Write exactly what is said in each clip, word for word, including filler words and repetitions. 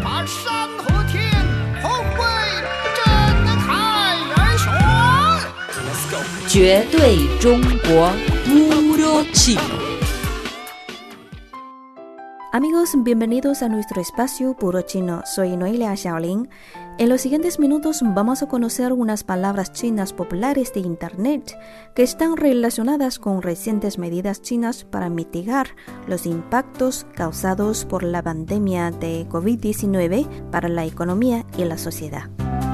绝对中国 Puro Chino. Amigos, bienvenidos a nuestro espacio Puro Chino. Soy Noelia Xiaolin. En los siguientes minutos vamos a conocer unas palabras chinas populares de Internet que están relacionadas con recientes medidas chinas para mitigar los impactos causados por la pandemia de COVID diecinueve para la economía y la sociedad.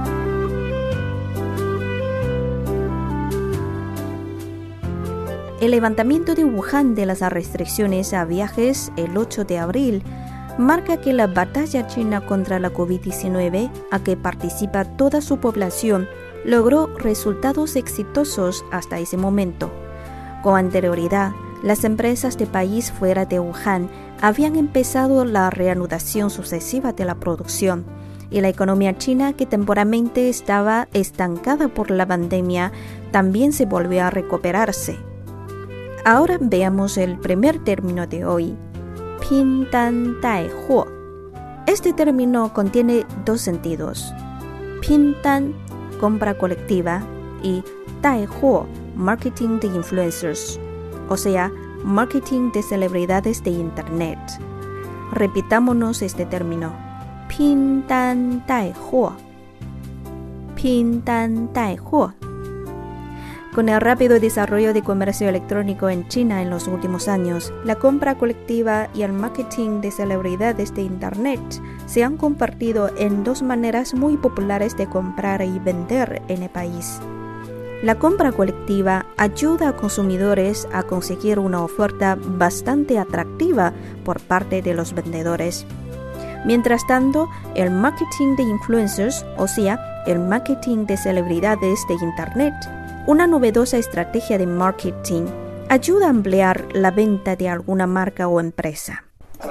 El levantamiento de Wuhan de las restricciones a viajes el ocho de abril marca que la batalla china contra la COVID diecinueve, a que participa toda su población, logró resultados exitosos hasta ese momento. Con anterioridad, las empresas de país fuera de Wuhan habían empezado la reanudación sucesiva de la producción, y la economía china, que temporalmente estaba estancada por la pandemia, también se volvió a recuperarse. Ahora veamos el primer término de hoy, Pin Dan Dai Huo. Este término contiene dos sentidos. Pin Dan, compra colectiva, y Dai Huo, marketing de influencers, o sea, marketing de celebridades de Internet. Repitámonos este término. Pin Dan Dai Huo. Pin Dan Dai Huo. Con el rápido desarrollo de comercio electrónico en China en los últimos años, la compra colectiva y el marketing de celebridades de Internet se han convertido en dos maneras muy populares de comprar y vender en el país. La compra colectiva ayuda a consumidores a conseguir una oferta bastante atractiva por parte de los vendedores. Mientras tanto, el marketing de influencers, o sea, el marketing de celebridades de Internet, una novedosa estrategia de marketing, ayuda a ampliar la venta de alguna marca o empresa.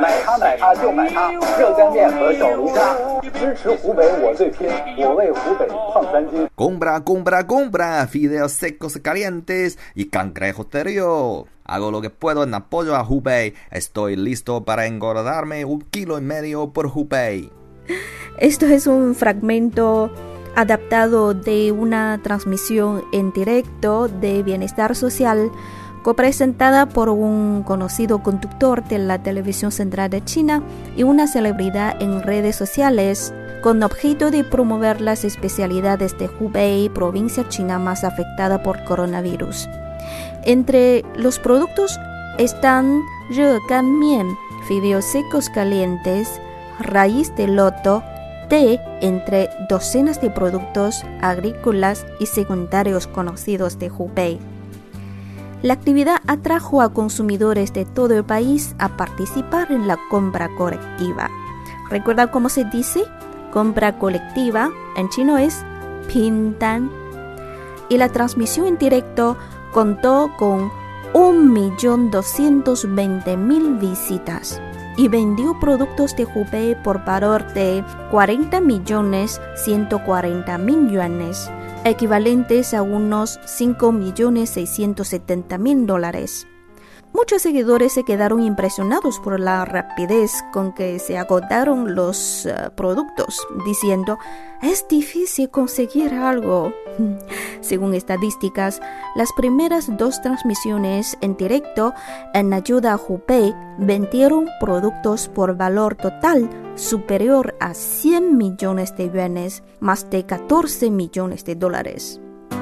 Compra, compra, compra, fideos secos y calientes y cangrejo trío. Hago lo que puedo en apoyo a Hubei. Estoy listo para engordarme un kilo y medio por Hubei. Esto es un fragmento adaptado de una transmisión en directo de Bienestar Social copresentada por un conocido conductor de la televisión central de China y una celebridad en redes sociales, con objeto de promover las especialidades de Hubei, provincia china más afectada por coronavirus. Entre los productos están Re Gan Mian, fideos secos calientes, raíz de loto, té, entre docenas de productos agrícolas y secundarios conocidos de Hubei. La actividad atrajo a consumidores de todo el país a participar en la compra colectiva. ¿Recuerda cómo se dice? Compra colectiva en chino es Pin Dan. Y la transmisión en directo contó con un millón doscientos veinte mil visitas y vendió productos de Hubei por valor de cuarenta millones ciento cuarenta mil yuanes, equivalentes a unos cinco millones seiscientos setenta mil dólares. Muchos seguidores se quedaron impresionados por la rapidez con que se agotaron los uh, productos, diciendo, es difícil conseguir algo. Según estadísticas, las primeras dos transmisiones en directo en ayuda a Hubei vendieron productos por valor total superior a cien millones de yuanes, más de catorce millones de dólares.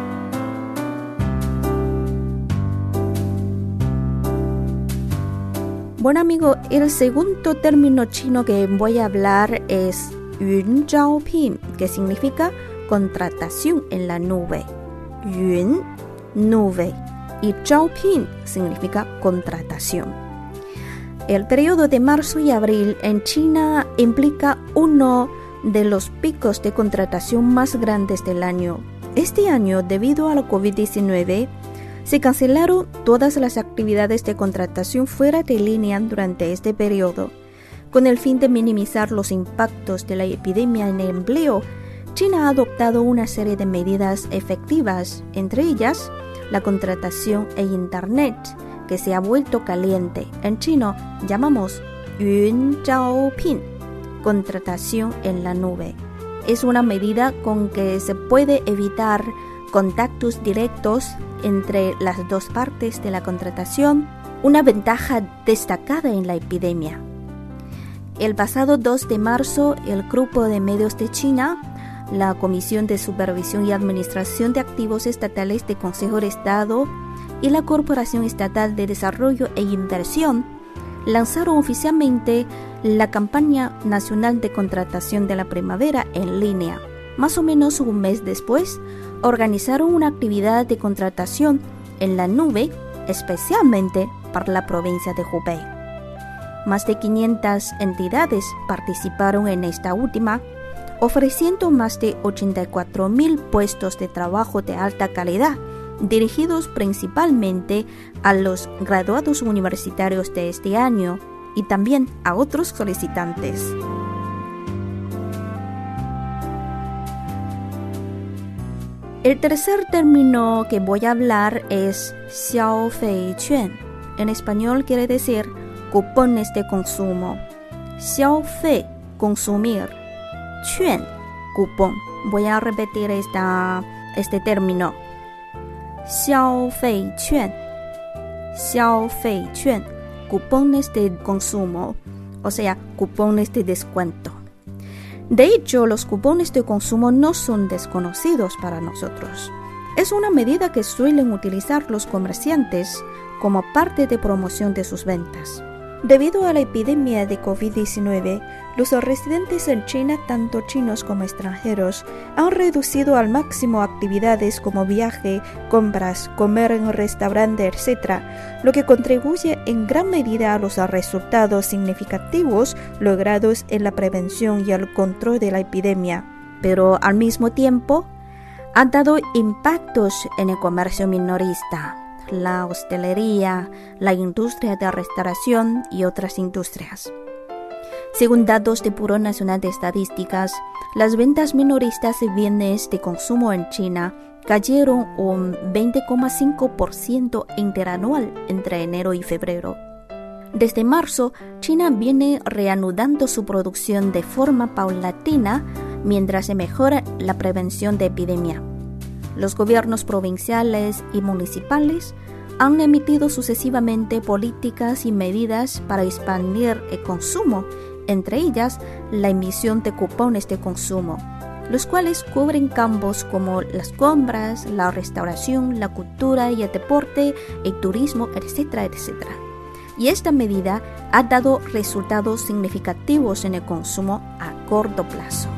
Bueno, amigo, el segundo término chino que voy a hablar es Yun Zhao Pin, que significa contratación en la nube. Yun, nube, y Zhao Pin significa contratación. El periodo de marzo y abril en China implica uno de los picos de contratación más grandes del año. Este año, debido a la COVID diecinueve, se cancelaron todas las actividades de contratación fuera de línea durante este periodo. Con el fin de minimizar los impactos de la epidemia en el empleo, China ha adoptado una serie de medidas efectivas, entre ellas la contratación en Internet, que se ha vuelto caliente. En chino llamamos Yun Zhao Pin. contratación en la nube. Es una medida con que se puede evitar contactos directos entre las dos partes de la contratación, una ventaja destacada en la epidemia. El pasado dos de marzo, el Grupo de Medios de China, la Comisión de Supervisión y Administración de Activos Estatales del Consejo de Estado y la Corporación Estatal de Desarrollo e Inversión lanzaron oficialmente la campaña nacional de contratación de la primavera en línea. Más o menos un mes después, organizaron una actividad de contratación en la nube, especialmente para la provincia de Hubei. Más de quinientas entidades participaron en esta última, ofreciendo más de ochenta y cuatro mil puestos de trabajo de alta calidad, dirigidos principalmente a los graduados universitarios de este año y también a otros solicitantes. El tercer término que voy a hablar es Xiaofeiquan. En español quiere decir cupones de consumo. Xiaofei, consumir. Quan, cupón. Voy a repetir esta, este término. Xiaofeiquan. Xiaofeiquan, cupones de consumo, o sea, cupones de descuento. De hecho, los cupones de consumo no son desconocidos para nosotros. Es una medida que suelen utilizar los comerciantes como parte de promoción de sus ventas. Debido a la epidemia de covid diecinueve, los residentes en China, tanto chinos como extranjeros, han reducido al máximo actividades como viaje, compras, comer en un restaurante, etcétera, lo que contribuye en gran medida a los resultados significativos logrados en la prevención y el control de la epidemia. Pero al mismo tiempo, han dado impactos en el comercio minorista, la hostelería, la industria de restauración y otras industrias. Según datos del Buró Nacional de Estadísticas, las ventas minoristas de bienes de consumo en China cayeron un veinte coma cinco por ciento interanual entre enero y febrero. Desde marzo, China viene reanudando su producción de forma paulatina mientras se mejora la prevención de epidemia. Los gobiernos provinciales y municipales han emitido sucesivamente políticas y medidas para expandir el consumo, entre ellas la emisión de cupones de consumo, los cuales cubren campos como las compras, la restauración, la cultura y el deporte, el turismo, etcétera, etcétera. Y esta medida ha dado resultados significativos en el consumo a corto plazo.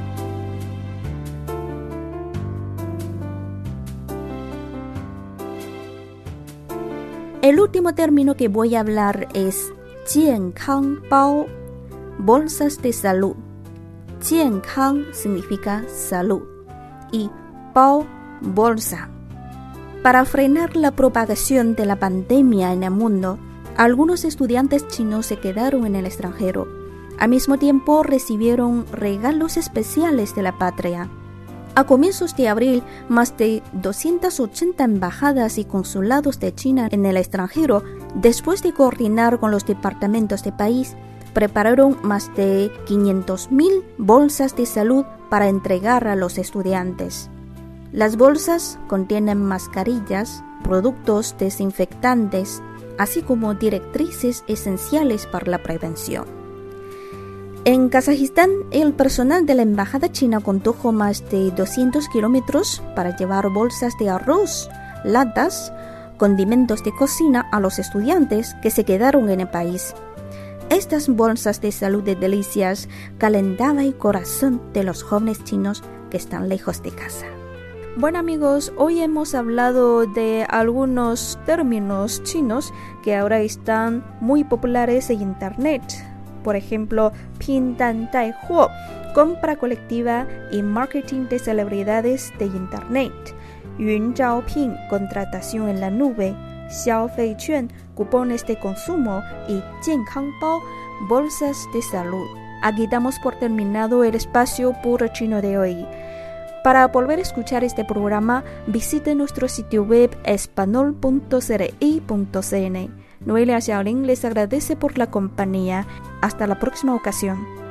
El último término que voy a hablar es Jiankang Bao, bolsas de salud. Jiankang significa salud y Bao, bolsa. Para frenar la propagación de la pandemia en el mundo, algunos estudiantes chinos se quedaron en el extranjero. Al mismo tiempo recibieron regalos especiales de la patria. A comienzos de abril, más de doscientas ochenta embajadas y consulados de China en el extranjero, después de coordinar con los departamentos del país, prepararon más de quinientas mil bolsas de salud para entregar a los estudiantes. Las bolsas contienen mascarillas, productos desinfectantes, así como directrices esenciales para la prevención. En Kazajistán, el personal de la embajada china condujo más de doscientos kilómetros para llevar bolsas de arroz, latas, condimentos de cocina a los estudiantes que se quedaron en el país. Estas bolsas de salud de delicias calentaban el corazón de los jóvenes chinos que están lejos de casa. Bueno amigos, hoy hemos hablado de algunos términos chinos que ahora están muy populares en internet. Por ejemplo, Pindan Dai Huo, compra colectiva y marketing de celebridades de internet. Yun Zhaoping, contratación en la nube. Xiaofeiquan, cupones de consumo. Y Jiankang Bao, bolsas de salud. Aquí damos por terminado el espacio puro chino de hoy. Para volver a escuchar este programa, visite nuestro sitio web espanol punto c r i punto c n. Noelia Xiaolin les agradece por la compañía. Hasta la próxima ocasión.